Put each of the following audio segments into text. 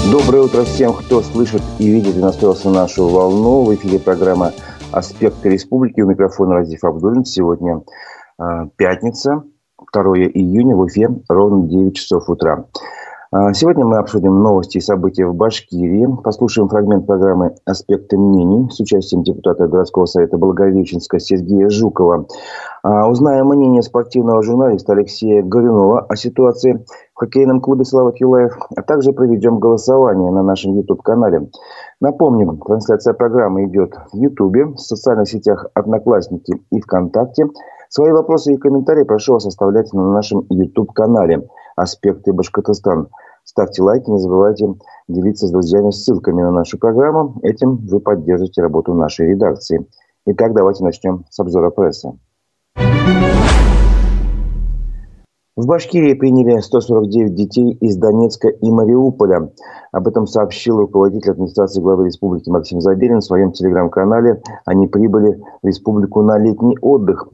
Доброе утро всем, кто слышит и видит и настроился на нашу волну. В эфире программа «Аспекты республики». У микрофона Разиф Абдуллин. Сегодня пятница, 2 июня, в Уфе, ровно 9 часов утра. Сегодня мы обсудим новости и события в Башкирии. Послушаем фрагмент программы «Аспекты мнений» с участием депутата городского совета Благовещенска Сергея Жукова. Узнаем мнение спортивного журналиста Алексея Горюнова о ситуации в хоккейном клубе «Слават Юлаев», а также проведем голосование на нашем YouTube-канале. Напомним, трансляция программы идет в YouTube, в социальных сетях «Одноклассники» и ВКонтакте. Свои вопросы и комментарии прошу вас оставлять на нашем YouTube-канале «Аспекты Башкортостан». Ставьте лайки, не забывайте делиться с друзьями ссылками на нашу программу. Этим вы поддержите работу нашей редакции. Итак, давайте начнем с обзора прессы. В Башкирии приняли 149 детей из Донецка и Мариуполя. Об этом сообщил руководитель администрации главы республики Максим Забелин в своем телеграм-канале. Они прибыли в республику на летний отдых.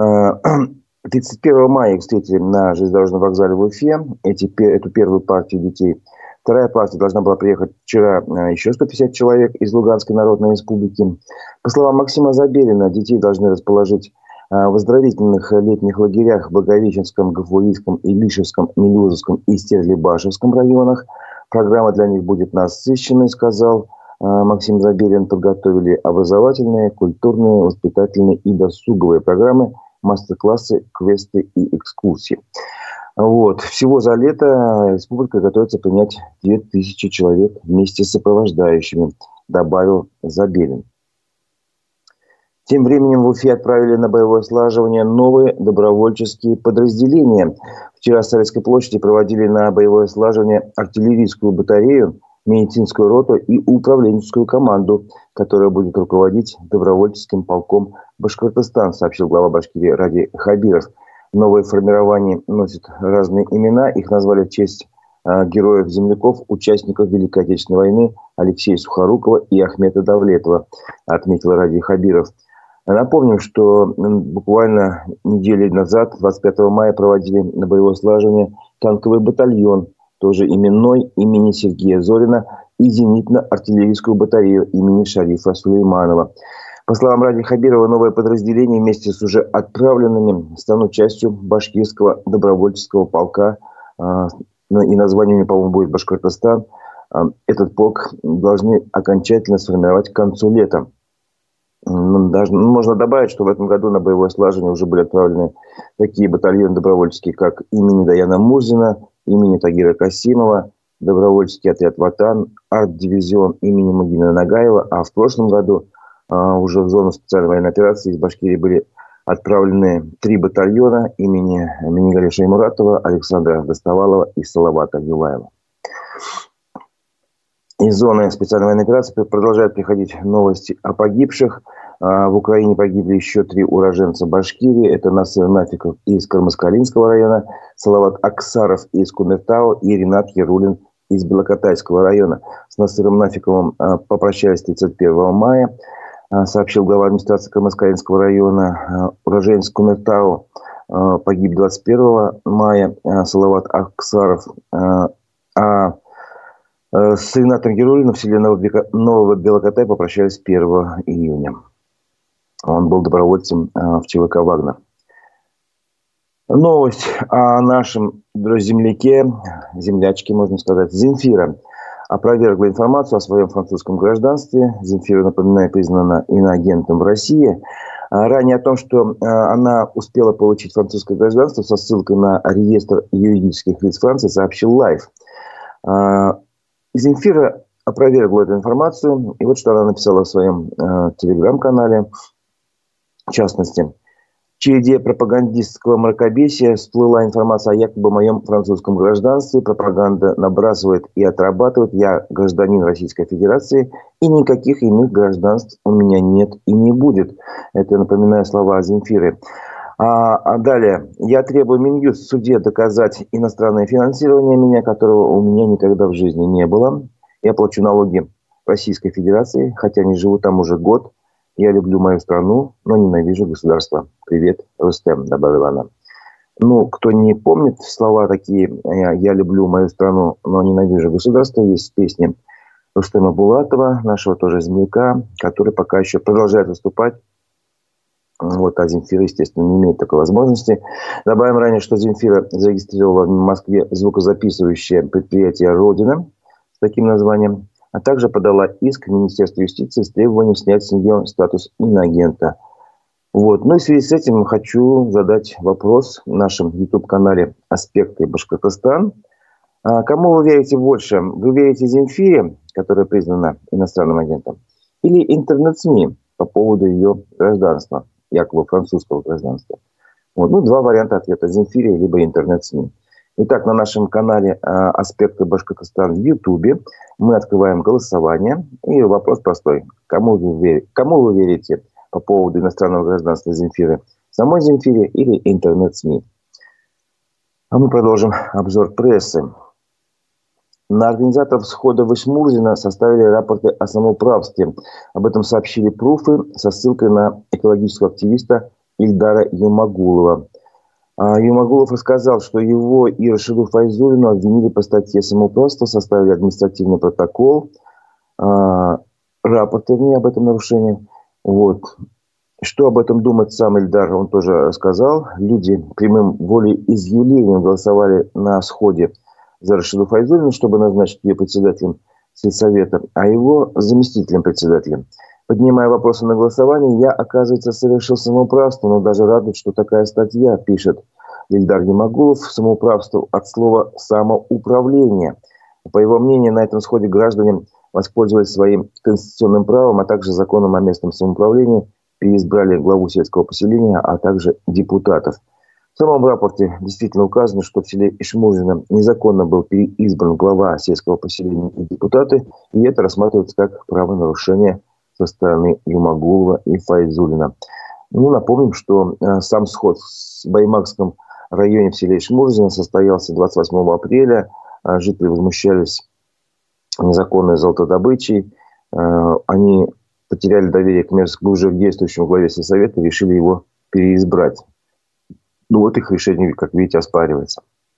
31 мая их встретили на железнодорожном вокзале в Уфе. Эту первую партию детей. Вторая партия должна была приехать вчера еще 150 человек из Луганской Народной Республики. По словам Максима Забелина, детей должны расположить в оздоровительных летних лагерях в Благовещенском, Гафурийском, Илишевском, Мелюзовском и Стерлибашевском районах. Программа для них будет насыщенной, сказал Максим Забелин. Подготовили образовательные, культурные, воспитательные и досуговые программы, мастер-классы, квесты и экскурсии. Всего за лето республика готовится принять 2000 человек вместе с сопровождающими, добавил Забелин. Тем временем в Уфе отправили на боевое слаживание новые добровольческие подразделения. Вчера с Советской площади проводили на боевое слаживание артиллерийскую батарею, медицинскую роту и управленческую команду, которая будет руководить добровольческим полком Башкортостан, сообщил глава Башкирии Ради Хабиров. Новые формирования носят разные имена. Их назвали в честь героев-земляков, участников Великой Отечественной войны Алексея Сухорукова и Ахмета Давлетова, отметил Ради Хабиров. Напомним, что буквально неделю назад, 25 мая, проводили на боевое слаживание танковый батальон, тоже именной, имени Сергея Зорина, и зенитно-артиллерийскую батарею имени Шарифа Сулейманова. По словам Ради Хабирова, новое подразделение вместе с уже отправленными станут частью башкирского добровольческого полка, и название у него, по-моему, будет Башкортостан. Этот полк должны окончательно сформировать к концу лета. Можно добавить, что в этом году на боевое слаживание уже были отправлены такие батальоны добровольческие, как имени Даяна Мурзина, имени Тагира Касимова, добровольческий отряд «Ватан», арт-дивизион имени Мугина Нагаева. А в прошлом году уже в зону специальной военной операции из Башкирии были отправлены 3 батальона имени Минигаля Шаймуратова, Александра Достовалова и Салавата Юлаева. Из зоны специальной военной операции продолжают приходить новости о погибших. В Украине погибли еще 3 уроженца Башкирии. Это Насыр Нафиков из Кармаскалинского района, Салават Аксаров из Кумертау и Ринат Ярулин из Белокатайского района. С Насыром Нафиковым попрощались 31 мая, сообщил глава администрации Кармаскалинского района. Уроженец Кумертау погиб 21 мая, Салават Аксаров. С Ринатом Ярулиным в селе Нового Белокатай попрощались 1 июня. Он был добровольцем в ЧВК «Вагнер». Новость о нашем земляке, землячке, можно сказать, Земфира. Опровергла информацию о своем французском гражданстве. Земфира, напоминаю, признана иноагентом в России. Ранее о том, что она успела получить французское гражданство со ссылкой на реестр юридических лиц Франции, сообщил Life. Земфира опровергла эту информацию. И вот что она написала в своем телеграм-канале. В частности, в череде пропагандистского мракобесия всплыла информация о якобы моем французском гражданстве. Пропаганда набрасывает и отрабатывает. Я гражданин Российской Федерации, и никаких иных гражданств у меня нет и не будет. Это, напоминаю, слова Земфиры. А далее. Я требую Минюст в суде доказать иностранное финансирование меня, которого у меня никогда в жизни не было. Я плачу налоги Российской Федерации, хотя не живу там уже год. Я люблю мою страну, но ненавижу государство. Привет, Рустем, добавила она. Ну, кто не помнит слова такие «Я люблю мою страну, но ненавижу государство», есть песни Рустема Булатова, нашего тоже земляка, который пока еще продолжает выступать. Вот, а Земфира, естественно, не имеет такой возможности. Добавим ранее, что Земфира зарегистрировала в Москве звукозаписывающее предприятие «Родина» с таким названием, а также подала иск в Министерство юстиции с требованием снять с нее статус иноагента. Вот. Ну и в связи с этим хочу задать вопрос в нашем YouTube-канале «Аспекты Башкортостан». Кому вы верите больше? Вы верите Земфире, которая признана иностранным агентом, или интернет-СМИ по поводу ее гражданства, якобы французского гражданства? Вот. Ну, два варианта ответа: Земфире либо интернет-СМИ. Итак, на нашем канале «Аспекты Башкортостан» в Ютубе мы открываем голосование. И вопрос простой. Кому вы верите по поводу иностранного гражданства Земфиры? Самой Земфире или интернет-СМИ? А мы продолжим обзор прессы. На организаторов схода в Ишмурзино составили рапорты о самоуправстве. Об этом сообщили пруфы со ссылкой на экологического активиста Ильдара Юмагулова. Юмагулов рассказал, что его и Рашиду Файзуллину обвинили по статье самоуправства, составили административный протокол, рапорт, вернее, об этом нарушении. Вот. Что об этом думает сам Ильдар, он тоже рассказал. Люди прямым волеизъявлением голосовали на сходе за Рашиду Файзуллину, чтобы назначить ее председателем сельсовета, а его заместителем председателя. Поднимая вопросы на голосование, я, оказывается, совершил самоуправство, но даже радует, что такая статья, пишет Ильдар Юмагулов, самоуправство от слова «самоуправление». По его мнению, на этом сходе граждане воспользовались своим конституционным правом, а также законом о местном самоуправлении, переизбрали главу сельского поселения, а также депутатов. В самом рапорте действительно указано, что в селе Ишмурзино незаконно был переизбран глава сельского поселения и депутаты, и это рассматривается как правонарушение со стороны Юмагулова и Файзуллина. Ну, напомним, что сам сход в Баймакском районе в селе Ишмурзино состоялся 28 апреля. Жители возмущались незаконной золотодобычей. Они потеряли доверие к уже действующему главе сельсовета и решили его переизбрать. Ну, вот их решение, как видите, оспаривается.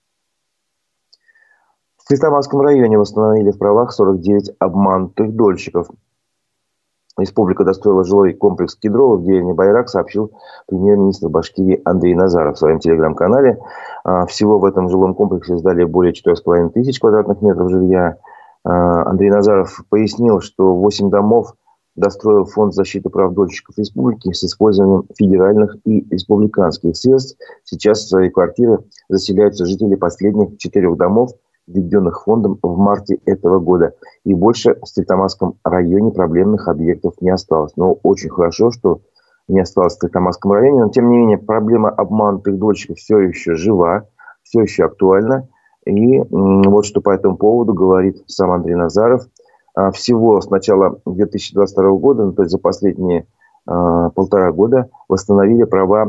В Стахановском районе восстановили в правах 49 обманутых дольщиков. Республика достроила жилой комплекс Кедрово в деревне Байрак, сообщил премьер-министр Башкирии Андрей Назаров в своем телеграм-канале. Всего в этом жилом комплексе сдали более 4,5 тысяч квадратных метров жилья. Андрей Назаров пояснил, что 8 домов достроил Фонд защиты прав дольщиков республики с использованием федеральных и республиканских средств. Сейчас в свои квартиры заселяются жители последних 4 домов, введенных фондом в марте этого года. И больше в Стахановском районе проблемных объектов не осталось. Но очень хорошо, что не осталось в Стахановском районе. Но, тем не менее, проблема обманутых дольщиков все еще жива, все еще актуальна. И вот что по этому поводу говорит сам Андрей Назаров. Всего с начала 2022 года, то есть за последние 1,5 года, восстановили права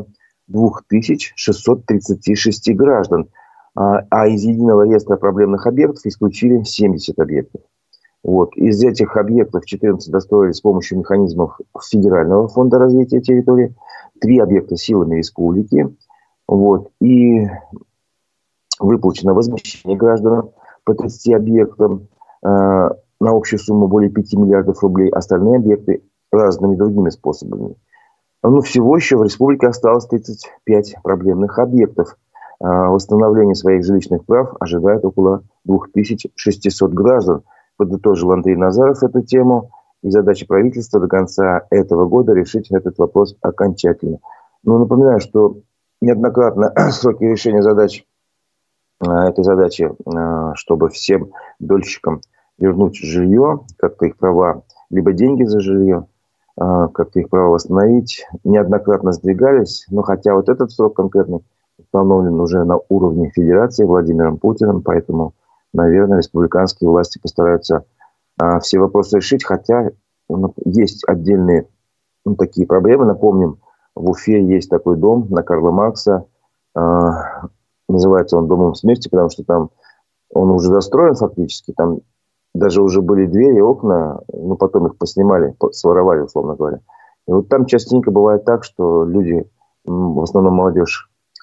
2636 граждан. А из единого реестра проблемных объектов исключили 70 объектов. Вот. Из этих объектов 14 достроили с помощью механизмов Федерального фонда развития территории, 3 объекта силами республики. Вот. И выплачено возмещение гражданам по 30 объектам на общую сумму более 5 миллиардов рублей. Остальные объекты разными другими способами. Но всего еще в республике осталось 35 проблемных объектов. Восстановление своих жилищных прав ожидает около 2600 граждан. Подытожил Андрей Назаров эту тему. И задача правительства до конца этого года решить этот вопрос окончательно. Но напоминаю, что неоднократно сроки решения этой задачи, чтобы всем дольщикам вернуть жилье, как-то их права, либо деньги за жилье, как-то их права восстановить, неоднократно сдвигались. Но хотя вот этот срок конкретный установлен уже на уровне федерации Владимиром Путиным, поэтому, наверное, республиканские власти постараются все вопросы решить, хотя есть отдельные такие проблемы. Напомним, в Уфе есть такой дом на Карла Маркса, называется он Домом смерти, потому что там он уже достроен фактически, там даже уже были двери, окна, но потом их поснимали, своровали, условно говоря. И вот там частенько бывает так, что люди, в основном молодежь,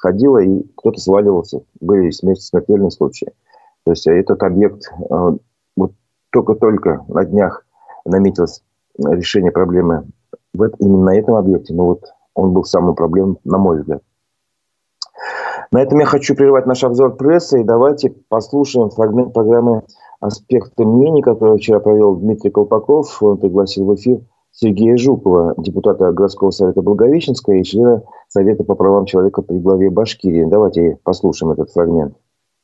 ходило, и кто-то сваливался. Были смертельные случаи. То есть этот объект, вот только-только на днях наметилось решение проблемы именно на этом объекте, но вот он был самым проблемным, на мой взгляд. На этом я хочу прервать наш обзор прессы, и давайте послушаем фрагмент программы «Аспекты мнений», которую вчера провел Дмитрий Колпаков. Он пригласил в эфир Сергея Жукова, депутата городского совета Благовещенска и члена Совета по правам человека при главе Башкирии. Давайте послушаем этот фрагмент.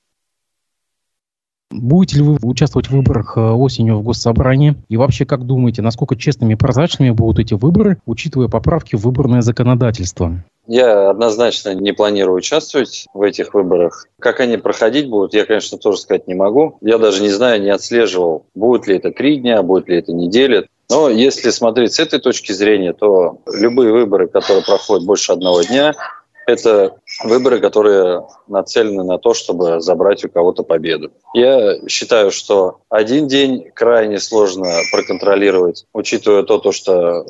Будете ли вы участвовать в выборах осенью в Госсобрании? И вообще, как думаете, насколько честными и прозрачными будут эти выборы, учитывая поправки в выборное законодательство? Я однозначно не планирую участвовать в этих выборах. Как они проходить будут, я, конечно, тоже сказать не могу. Я даже не знаю, не отслеживал, будет ли это 3 дня, будет ли это неделя. Но если смотреть с этой точки зрения, то любые выборы, которые проходят больше 1 дня, это выборы, которые нацелены на то, чтобы забрать у кого-то победу. Я считаю, что 1 день крайне сложно проконтролировать, учитывая то, что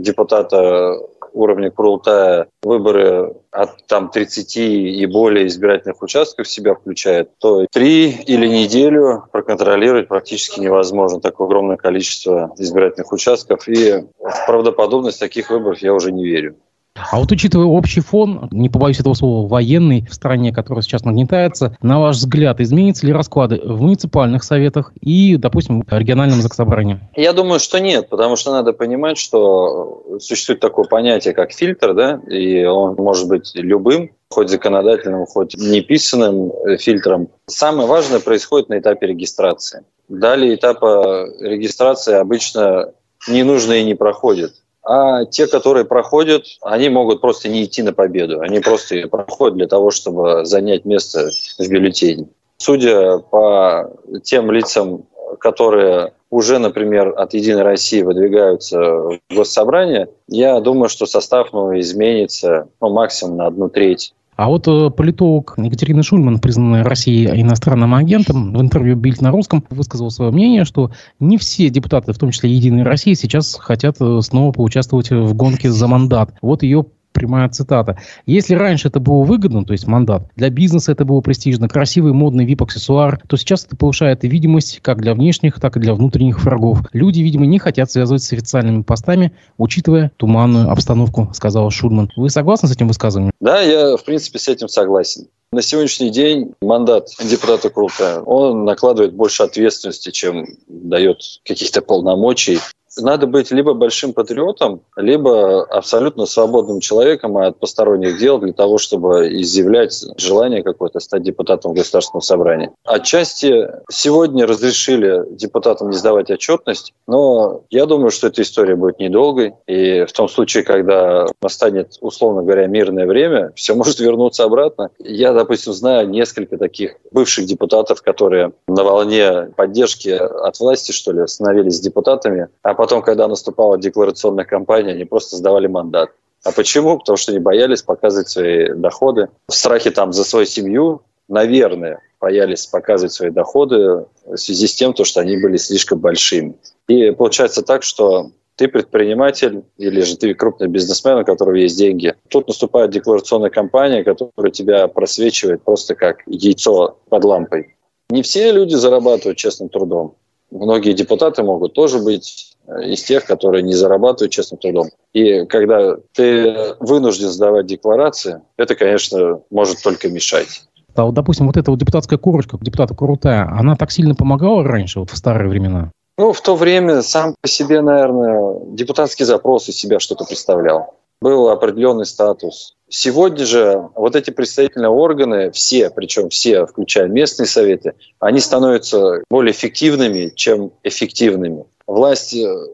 депутата уровня Курултая выборы от 30 и более избирательных участков в себя включает, то 3 или неделю проконтролировать практически невозможно. Такое огромное количество избирательных участков. И в правдоподобность таких выборов я уже не верю. А вот учитывая общий фон, не побоюсь этого слова, военный в стране, который сейчас нагнетается, на ваш взгляд, изменятся ли расклады в муниципальных советах и, допустим, в региональном заксобрании? Я думаю, что нет, потому что надо понимать, что существует такое понятие, как фильтр, да, и он может быть любым, хоть законодательным, хоть неписанным фильтром. Самое важное происходит на этапе регистрации. Далее этапа регистрации обычно не нужно и не проходит. А те, которые проходят, они могут просто не идти на победу. Они просто ее проходят для того, чтобы занять место в бюллетене. Судя по тем лицам, которые уже, например, от «Единой России» выдвигаются в Госсобрание, я думаю, что состав изменится максимум на 1/3. А вот политолог Екатерина Шульман, признанная Россией иностранным агентом, в интервью «Бильд» на русском высказал свое мнение, что не все депутаты, в том числе «Единой России», сейчас хотят снова поучаствовать в гонке за мандат. Вот ее прямая цитата. Если раньше это было выгодно, то есть мандат, для бизнеса это было престижно, красивый, модный VIP-аксессуар, то сейчас это повышает видимость как для внешних, так и для внутренних врагов. Люди, видимо, не хотят связывать с официальными постами, учитывая туманную обстановку, сказал Шульман. Вы согласны с этим высказыванием? Да, я, в принципе, с этим согласен. На сегодняшний день мандат депутата Курултая, он накладывает больше ответственности, чем дает каких-то полномочий. Надо быть либо большим патриотом, либо абсолютно свободным человеком от посторонних дел для того, чтобы изъявлять желание какое-то стать депутатом Государственного собрания. Отчасти сегодня разрешили депутатам не сдавать отчетность, но я думаю, что эта история будет недолгой. И в том случае, когда настанет, условно говоря, мирное время, все может вернуться обратно. Я, допустим, знаю несколько таких бывших депутатов, которые на волне поддержки от власти, становились депутатами, а потом, когда наступала декларационная кампания, они просто сдавали мандат. А почему? Потому что они боялись показывать свои доходы. В страхе за свою семью, наверное, боялись показывать свои доходы в связи с тем, что они были слишком большими. И получается так, что ты предприниматель или же ты крупный бизнесмен, у которого есть деньги. Тут наступает декларационная кампания, которая тебя просвечивает просто как яйцо под лампой. Не все люди зарабатывают честным трудом. Многие депутаты могут тоже быть из тех, которые не зарабатывают честным трудом. И когда ты вынужден сдавать декларации, это, конечно, может только мешать. А вот, допустим, вот эта депутатская корочка депутата Курултая, она так сильно помогала раньше, в старые времена? В то время сам по себе, наверное, депутатский запрос из себя что-то представлял. Был определенный статус. Сегодня же вот эти представительные органы, причем все, включая местные советы, они становятся более эффективными, чем эффективными. Власть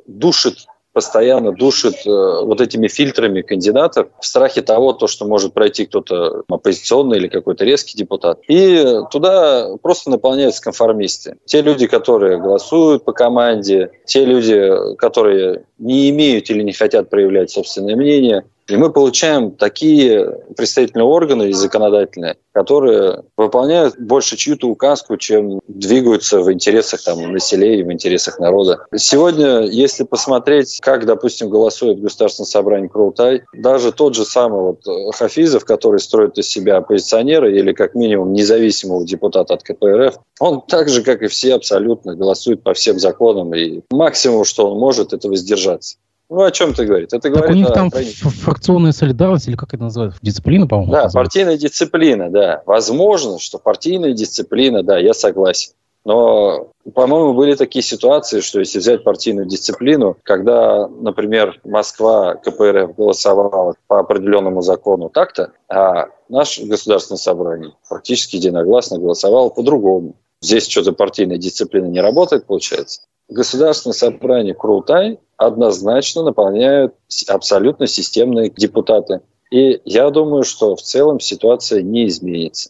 постоянно душит вот этими фильтрами кандидатов в страхе того, что может пройти кто-то оппозиционный или какой-то резкий депутат. И туда просто наполняются конформисты. Те люди, которые голосуют по команде, те люди, которые не имеют или не хотят проявлять собственное мнение. И мы получаем такие представительные органы и законодательные, которые выполняют больше чью-то указку, чем двигаются в интересах населения, в интересах народа. Сегодня, если посмотреть, как, допустим, голосует Государственное собрание Курултай, даже тот же самый Хафизов, который строит из себя оппозиционера или как минимум независимого депутата от КПРФ, он так же, как и все, абсолютно голосует по всем законам, и максимум, что он может, это воздержаться. О чем это говорит? Это говорит у них там фракционная солидарность, или как это называется? Дисциплина, по-моему? Да, партийная дисциплина, да. Возможно, что партийная дисциплина, да, я согласен. Но, по-моему, были такие ситуации, что если взять партийную дисциплину, когда, например, Москва, КПРФ голосовала по определенному закону так-то, а наше государственное собрание практически единогласно голосовало по-другому. Здесь что-то партийная дисциплина не работает, получается. Государственное собрание Курултай однозначно наполняют абсолютно системные депутаты. И я думаю, что в целом ситуация не изменится.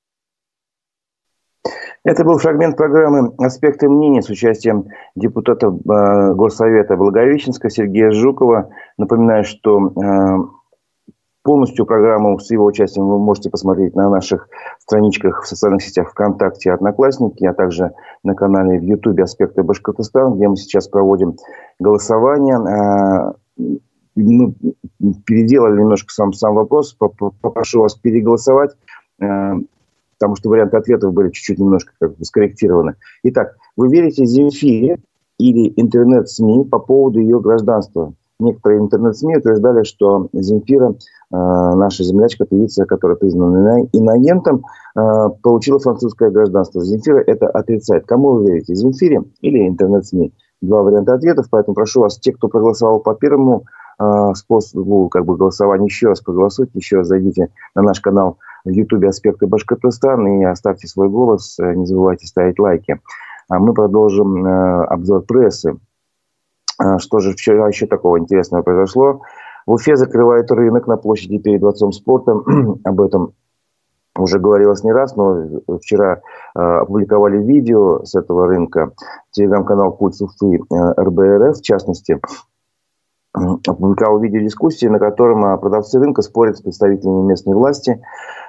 Это был фрагмент программы «Аспекты мнений» с участием депутата Горсовета Благовещенска Сергея Жукова. Напоминаю, что полностью программу с его участием вы можете посмотреть на наших страничках в социальных сетях ВКонтакте, Одноклассники, а также на канале в Ютубе «Аспекты Башкортостана», где мы сейчас проводим голосование. Мы переделали немножко сам вопрос. Попрошу вас переголосовать, потому что варианты ответов были чуть-чуть немножко скорректированы. Итак, вы верите Земфире или интернет-СМИ по поводу ее гражданства? Некоторые интернет-СМИ утверждали, что Земфира, наша землячка, певица, которая признана иноагентом, получила французское гражданство. Земфира это отрицает. Кому вы верите, Земфире или интернет-СМИ? Два варианта ответов, поэтому прошу вас, те, кто проголосовал по первому способу голосования, еще раз проголосуйте, еще раз зайдите на наш канал в Ютубе «Аспекты Башкортостана» и оставьте свой голос, не забывайте ставить лайки. А мы продолжим обзор прессы. Что же вчера еще такого интересного произошло? В Уфе закрывают рынок на площади перед Дворцом спорта. Об этом уже говорилось не раз, но вчера опубликовали видео с этого рынка. Телеграм-канал «Пульс Уфы» РБРФ, в частности, опубликовал видеодискуссии, на котором продавцы рынка спорят с представителями местной власти.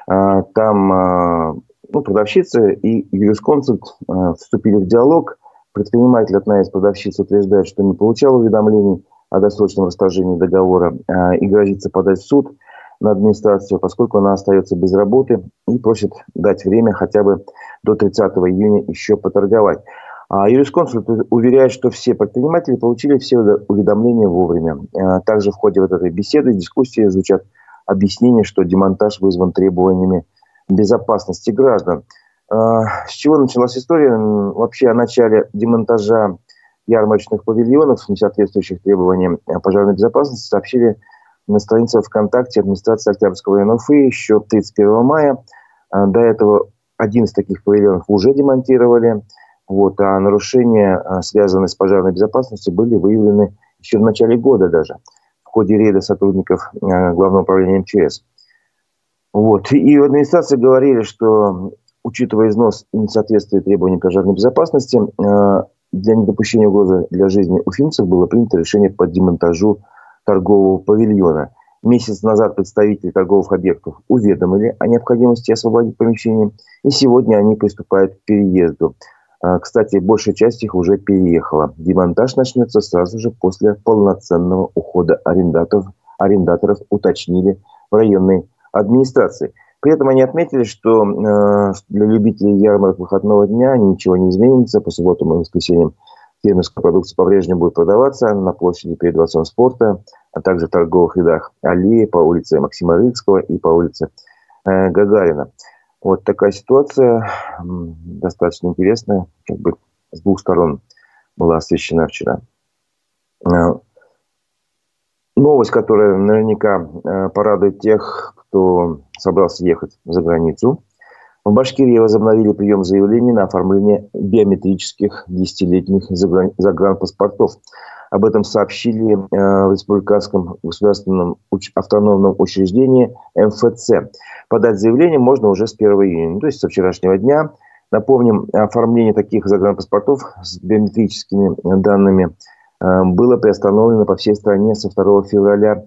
Там продавщицы и юрисконсульт вступили в диалог. Предприниматель, одна из продавщиц, утверждает, что не получал уведомлений о досрочном расторжении договора и грозится подать в суд на администрацию, поскольку она остается без работы, и просит дать время хотя бы до 30 июня еще поторговать. А юрисконсульт уверяет, что все предприниматели получили все уведомления вовремя. Также в ходе этой беседы, дискуссии звучат объяснения, что демонтаж вызван требованиями безопасности граждан. С чего началась история? Вообще о начале демонтажа ярмарочных павильонов, не соответствующих требованиям пожарной безопасности, сообщили на странице ВКонтакте администрации Октябрьского района Уфы еще 31 мая. До этого 11 таких павильонов уже демонтировали. А нарушения, связанные с пожарной безопасностью, были выявлены еще в начале года даже, в ходе рейда сотрудников Главного управления МЧС. И в администрации говорили, что, учитывая износ и несоответствие требованиям пожарной безопасности, для недопущения угрозы для жизни уфимцев было принято решение по демонтажу торгового павильона. Месяц назад представители торговых объектов уведомили о необходимости освободить помещение, и сегодня они приступают к переезду. Кстати, большая часть их уже переехала. Демонтаж начнется сразу же после полноценного ухода арендаторов, уточнили в районной администрации. При этом они отметили, что для любителей ярмарок выходного дня ничего не изменится. По субботам и воскресеньям фермерская продукция по-прежнему будет продаваться на площади перед Дворцом спорта, а также в торговых рядах аллеи по улице Максима Рыльского и по улице Гагарина. Такая ситуация, достаточно интересная, с двух сторон была освещена вчера. Новость, которая наверняка порадует тех, кто собрался ехать за границу. В Башкирии возобновили прием заявлений на оформление биометрических 10-летних загранпаспортов. Об этом сообщили в Республиканском государственном автономном учреждении МФЦ. Подать заявление можно уже с 1 июня, то есть со вчерашнего дня. Напомним, оформление таких загранпаспортов с биометрическими данными было приостановлено по всей стране со 2 февраля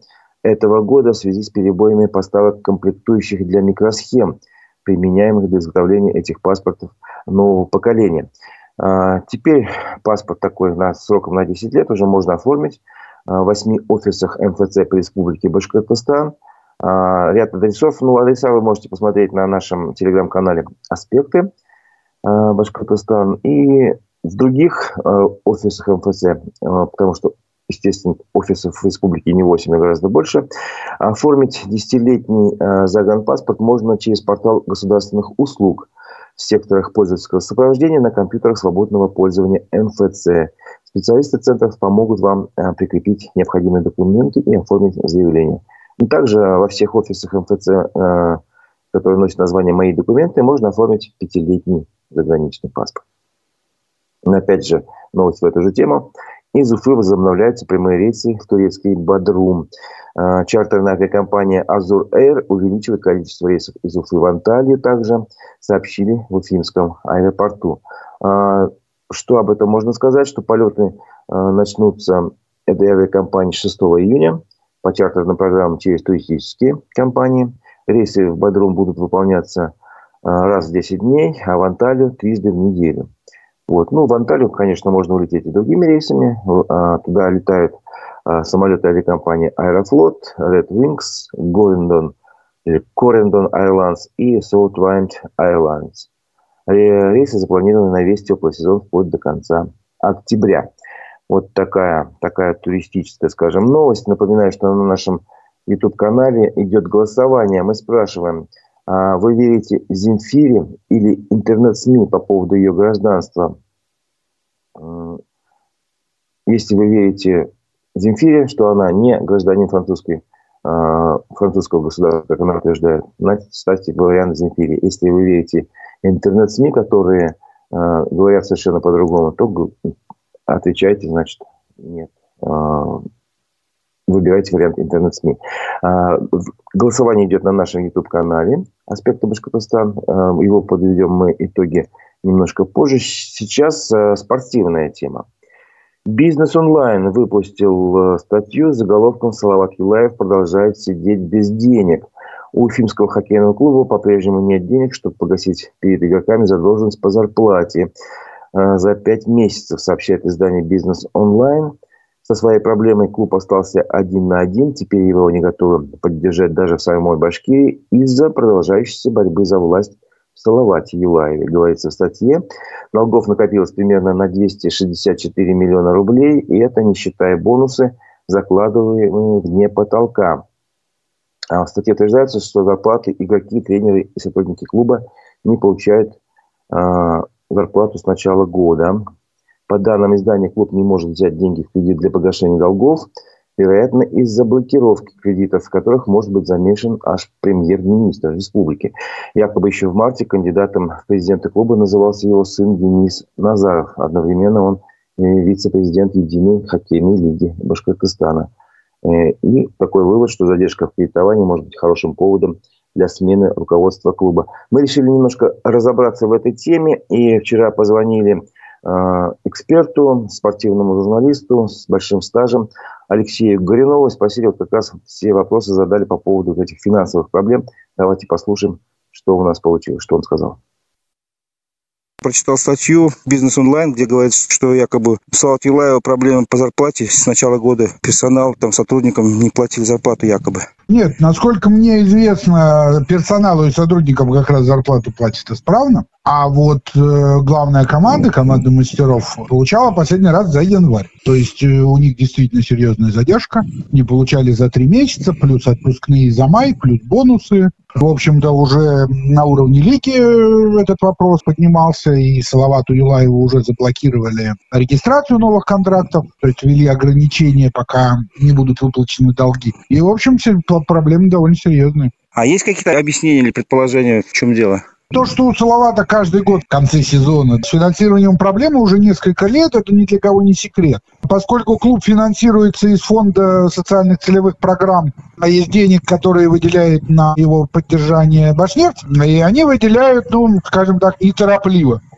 этого года в связи с перебоями поставок комплектующих для микросхем, применяемых для изготовления этих паспортов нового поколения. Теперь паспорт такой сроком на 10 лет уже можно оформить в 8 офисах МФЦ по Республике Башкортостан. Ряд адресов. Адреса вы можете посмотреть на нашем телеграм-канале «Аспекты Башкортостан» и в других офисах МФЦ, потому что, естественно, офисов в республике не 8, а гораздо больше. Оформить 10-летний загранпаспорт можно через портал государственных услуг в секторах пользовательского сопровождения на компьютерах свободного пользования МФЦ. Специалисты центров помогут вам прикрепить необходимые документы и оформить заявление. И также во всех офисах МФЦ, которые носят название «Мои документы», можно оформить 5-летний заграничный паспорт. Но опять же, новость в эту же тему. Из Уфы возобновляются прямые рейсы в турецкий Бодрум. Чартерная авиакомпания «Азур Эйр» увеличивает количество рейсов из Уфы в Анталию, также сообщили в Уфимском аэропорту. Что об этом можно сказать? Что полеты начнутся этой авиакомпании 6 июня по чартерным программам через туристические компании. Рейсы в Бодрум будут выполняться раз в 10 дней, а в Анталию трижды в неделю. В Анталию, конечно, можно улететь и другими рейсами. Туда летают самолеты авиакомпании «Аэрофлот», «Red Wings», «Corendon Airlines» и «Southwind Airlines». Рейсы запланированы на весь теплый сезон вплоть до конца октября. Вот такая туристическая, скажем, новость. Напоминаю, что на нашем YouTube-канале идет голосование. Мы спрашиваем, вы верите Земфире или интернет-СМИ по поводу ее гражданства? Если вы верите Земфире, что она не гражданин французского государства, как она утверждает, значит, ставьте вариант Земфире. Если вы верите интернет-СМИ, которые говорят совершенно по-другому, то отвечайте, значит, нет. Выбирайте вариант интернет-СМИ. Голосование идет на нашем YouTube-канале «Аспекты Башкортостан». Его подведем мы итоги немножко позже. Сейчас спортивная тема. Бизнес онлайн выпустил статью с заголовком «Салават Юлаев продолжает сидеть без денег». У Уфимского хоккейного клуба по-прежнему нет денег, чтобы погасить перед игроками задолженность по зарплате за 5 месяцев, сообщает издание «Бизнес онлайн». Со своей проблемой клуб остался 1 на 1. Теперь его не готовы поддержать даже в самой Башкирии из-за продолжающейся борьбы за власть в Салавате Юлаеве. Говорится в статье. Долгов накопилось примерно на 264 миллиона рублей. И это не считая бонусы, закладываемые вне потолка. А в статье утверждается, что зарплаты игроки, тренеры и сотрудники клуба не получают зарплату с начала года. По данным издания, клуб не может взять деньги в кредит для погашения долгов, вероятно, из-за блокировки кредитов, в которых может быть замешан аж премьер-министр республики. Якобы еще в марте кандидатом в президенты клуба назывался его сын Денис Назаров. Одновременно он вице-президент Единой хоккейной лиги Башкортостана. И такой вывод, что задержка в кредитовании может быть хорошим поводом для смены руководства клуба. Мы решили немножко разобраться в этой теме, и вчера позвонили эксперту, спортивному журналисту с большим стажем Алексею Горюнову. Спросили, как раз все вопросы задали по поводу этих финансовых проблем. Давайте послушаем, что у нас получилось, что он сказал. Прочитал статью «Бизнес онлайн», где говорится, что якобы у Салавата Юлаева проблемы по зарплате. С начала года персонал, сотрудникам не платили зарплату якобы. Нет, насколько мне известно, персоналу и сотрудникам как раз зарплату платят исправно. А вот главная команда мастеров, получала последний раз за январь. То есть у них действительно серьезная задержка. Не получали за 3 месяца, плюс отпускные за май, плюс бонусы. В общем-то, уже на уровне лиги этот вопрос поднимался, и Салавату Юлаеву уже заблокировали регистрацию новых контрактов, то есть ввели ограничения, пока не будут выплачены долги. И, в общем, проблемы довольно серьезные. А есть какие-то объяснения или предположения, в чем дело? То, что у Салавата каждый год в конце сезона с финансированием проблемы уже несколько лет, это ни для кого не секрет. Поскольку клуб финансируется из фонда социальных целевых программ, а есть денег, которые выделяют на его поддержание Башнефть, и они выделяют, скажем так, неторопливо.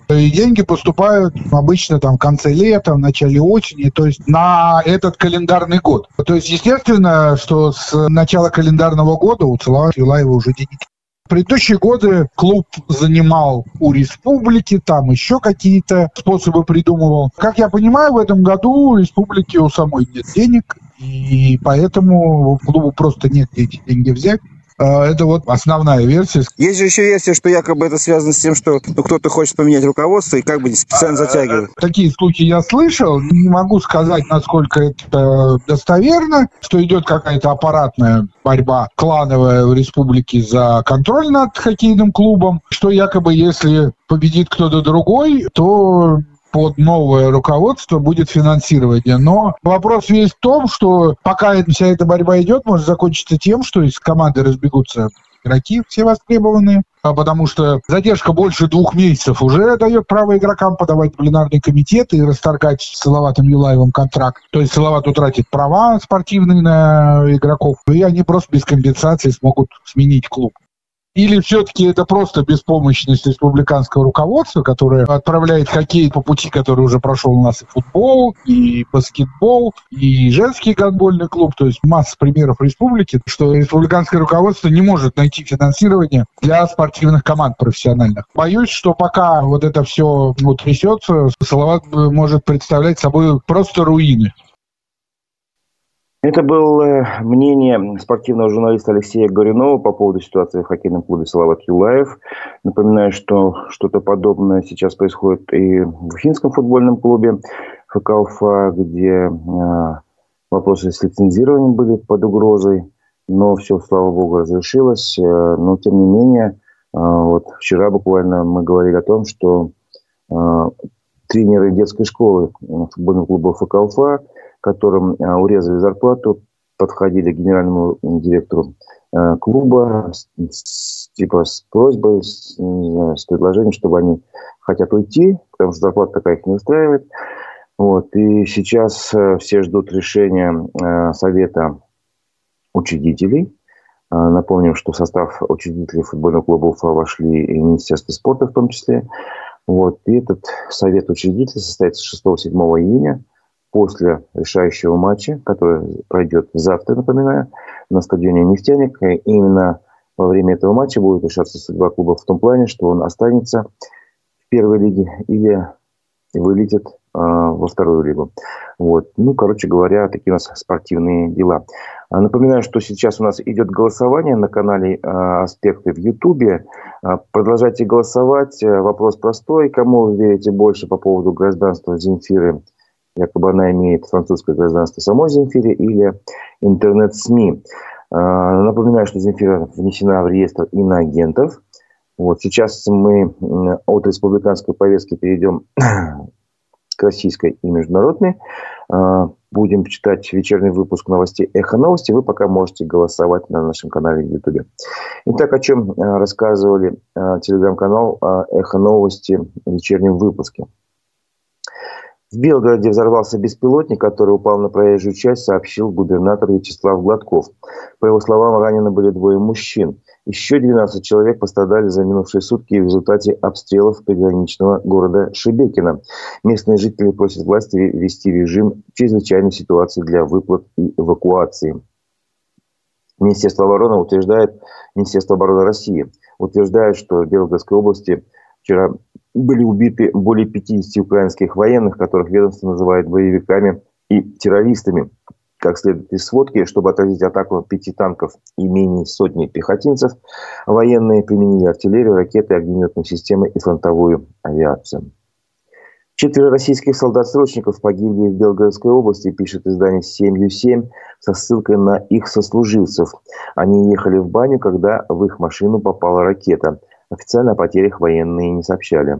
И деньги поступают обычно там в конце лета, в начале осени, то есть на этот календарный год. То есть, естественно, что с начала календарного года у Салавата Юлаева уже денег нет. В предыдущие годы клуб занимал у республики, там еще какие-то способы придумывал. Как я понимаю, в этом году у республики у самой нет денег, и поэтому клубу просто нет эти деньги взять. Это вот основная версия. Есть же еще версия, что якобы это связано с тем, что кто-то хочет поменять руководство и как бы специально затягивает. Такие слухи я слышал. Не могу сказать, насколько это достоверно, что идет какая-то аппаратная борьба клановая в республике за контроль над хоккейным клубом, что якобы если победит кто-то другой, то под новое руководство будет финансирование. Но вопрос весь в том, что пока вся эта борьба идет, может закончиться тем, что из команды разбегутся игроки все востребованные, потому что задержка больше 2 месяцев уже дает право игрокам подавать в пленарный комитет и расторгать с Салаватом Юлаевым контракт. То есть Салават утратит права спортивные на игроков, и они просто без компенсации смогут сменить клуб. Или все-таки это просто беспомощность республиканского руководства, которое отправляет хоккей по пути, который уже прошел у нас и футбол, и баскетбол, и женский гандбольный клуб. То есть масса примеров республики, что республиканское руководство не может найти финансирование для спортивных команд профессиональных. Боюсь, что пока вот это все трясется, Салават может представлять собой просто руины. Это было мнение спортивного журналиста Алексея Горюнова по поводу ситуации в хоккейном клубе «Салават Юлаев». Напоминаю, что что-то подобное сейчас происходит и в Уфимском футбольном клубе ФК Уфа, где вопросы с лицензированием были под угрозой, но все, слава богу, разрешилось. Но, тем не менее, вот вчера буквально мы говорили о том, что тренеры детской школы футбольного клуба ФК Уфа, которым урезали зарплату, подходили к генеральному директору клуба с просьбой, с предложением, чтобы они хотят уйти, потому что зарплата такая их не устраивает. Вот. И сейчас все ждут решения совета учредителей. Напомним, что в состав учредителей футбольного клуба Уфа вошли и Министерство спорта в том числе. Вот. И этот совет учредителей состоится 6-7 июня. После решающего матча, который пройдет завтра, напоминаю, на стадионе «Нефтяник». И именно во время этого матча будет решаться судьба клуба в том плане, что он останется в первой лиге или вылетит во вторую лигу. Вот. Короче говоря, такие у нас спортивные дела. Напоминаю, что сейчас у нас идет голосование на канале «Аспекты» в Ютубе. Продолжайте голосовать. Вопрос простой. Кому вы верите больше по поводу гражданства Земфиры? Якобы она имеет французское гражданство самой Земфире или интернет-СМИ. Напоминаю, что Земфира внесена в реестр иноагентов. Вот сейчас мы от республиканской повестки перейдем к российской и международной. Будем читать вечерний выпуск новостей «Эхо новости». Вы пока можете голосовать на нашем канале в Ютубе. Итак, о чем рассказывали телеграм-канал «Эхо новости» в вечернем выпуске. В Белгороде взорвался беспилотник, который упал на проезжую часть, сообщил губернатор Вячеслав Гладков. По его словам, ранены были 2 мужчин. Еще 12 человек пострадали за минувшие сутки в результате обстрелов приграничного города Шебекино. Местные жители просят власти ввести режим чрезвычайной ситуации для выплат и эвакуации. Министерство обороны России утверждает, что в Белгородской области вчера были убиты более 50 украинских военных, которых ведомство называет боевиками и террористами. Как следует из сводки, чтобы отразить атаку 5 танков и менее сотни пехотинцев, военные применили артиллерию, ракеты, огнеметные системы и фронтовую авиацию. 4 российских солдат-срочников погибли в Белгородской области, пишет издание «Семью-7» со ссылкой на их сослуживцев. Они ехали в баню, когда в их машину попала ракета. Официально о потерях военные не сообщали.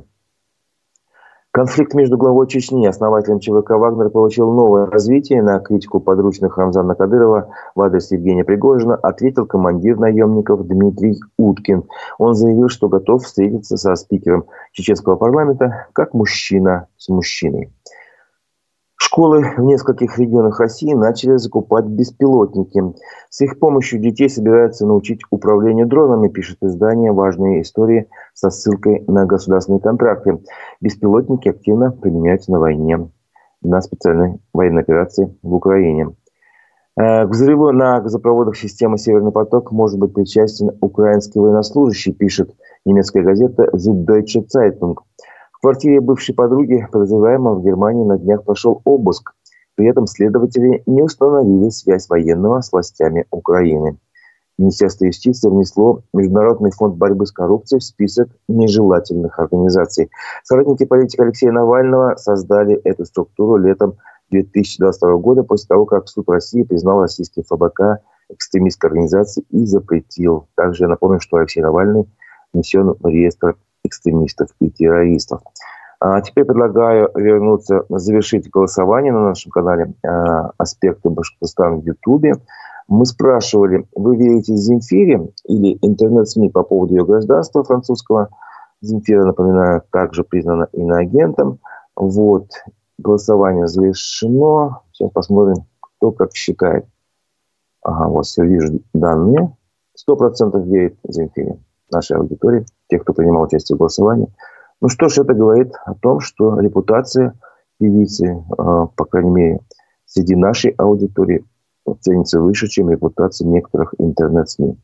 Конфликт между главой Чечни и основателем ЧВК «Вагнер» получил новое развитие. На критику подручных Рамзана Кадырова в адрес Евгения Пригожина ответил командир наемников Дмитрий Уткин. Он заявил, что готов встретиться со спикером чеченского парламента как мужчина с мужчиной. Школы в нескольких регионах России начали закупать беспилотники. С их помощью детей собираются научить управлению дронами, пишет издание «Важные истории» со ссылкой на государственные контракты. Беспилотники активно применяются на войне, на специальной военной операции в Украине. К взрыву на газопроводах системы «Северный поток» может быть причастен украинский военнослужащий, пишет немецкая газета «Süddeutsche Zeitung». В квартире бывшей подруги подозреваемого в Германии на днях прошел обыск. При этом следователи не установили связь военного с властями Украины. Министерство юстиции внесло Международный фонд борьбы с коррупцией в список нежелательных организаций. Соратники политика Алексея Навального создали эту структуру летом 2022 года после того, как суд России признал российский ФБК экстремистской организацией и запретил. Также напомню, что Алексей Навальный внесен в реестр экстремистов и террористов. А теперь предлагаю завершить голосование на нашем канале «Аспекты Башкортостана» в Ютубе. Мы спрашивали, вы верите Земфире или интернет-СМИ по поводу ее гражданства французского? Земфира, напоминаю, также признана иноагентом. Вот, голосование завершено. Сейчас посмотрим, кто как считает. Ага, вот я вижу данные. 100% верит Земфире, нашей аудитории, тех, кто принимал участие в голосовании. Ну что ж, это говорит о том, что репутация певицы, по крайней мере, среди нашей аудитории ценится выше, чем репутация некоторых интернет-СМИ.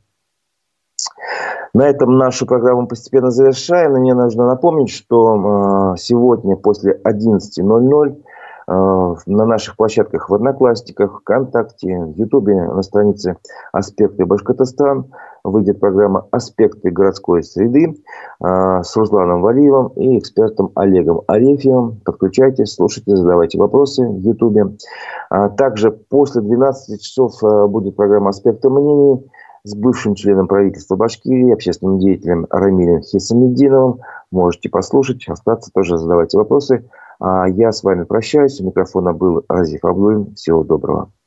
На этом нашу программу постепенно завершаем. Мне нужно напомнить, что сегодня после 11:00 на наших площадках в Одноклассниках, ВКонтакте, в Ютубе, на странице «Аспекты Башкортостан» выйдет программа «Аспекты городской среды» с Русланом Валиевым и экспертом Олегом Арефьевым. Подключайтесь, слушайте, задавайте вопросы в Ютубе. Также после 12 часов будет программа «Аспекты мнений» с бывшим членом правительства Башкирии, общественным деятелем Рамилем Хисамиддиновым. Можете послушать, остаться, тоже задавайте вопросы. А я с вами прощаюсь. У микрофона был Разиф Аблуин. Всего доброго.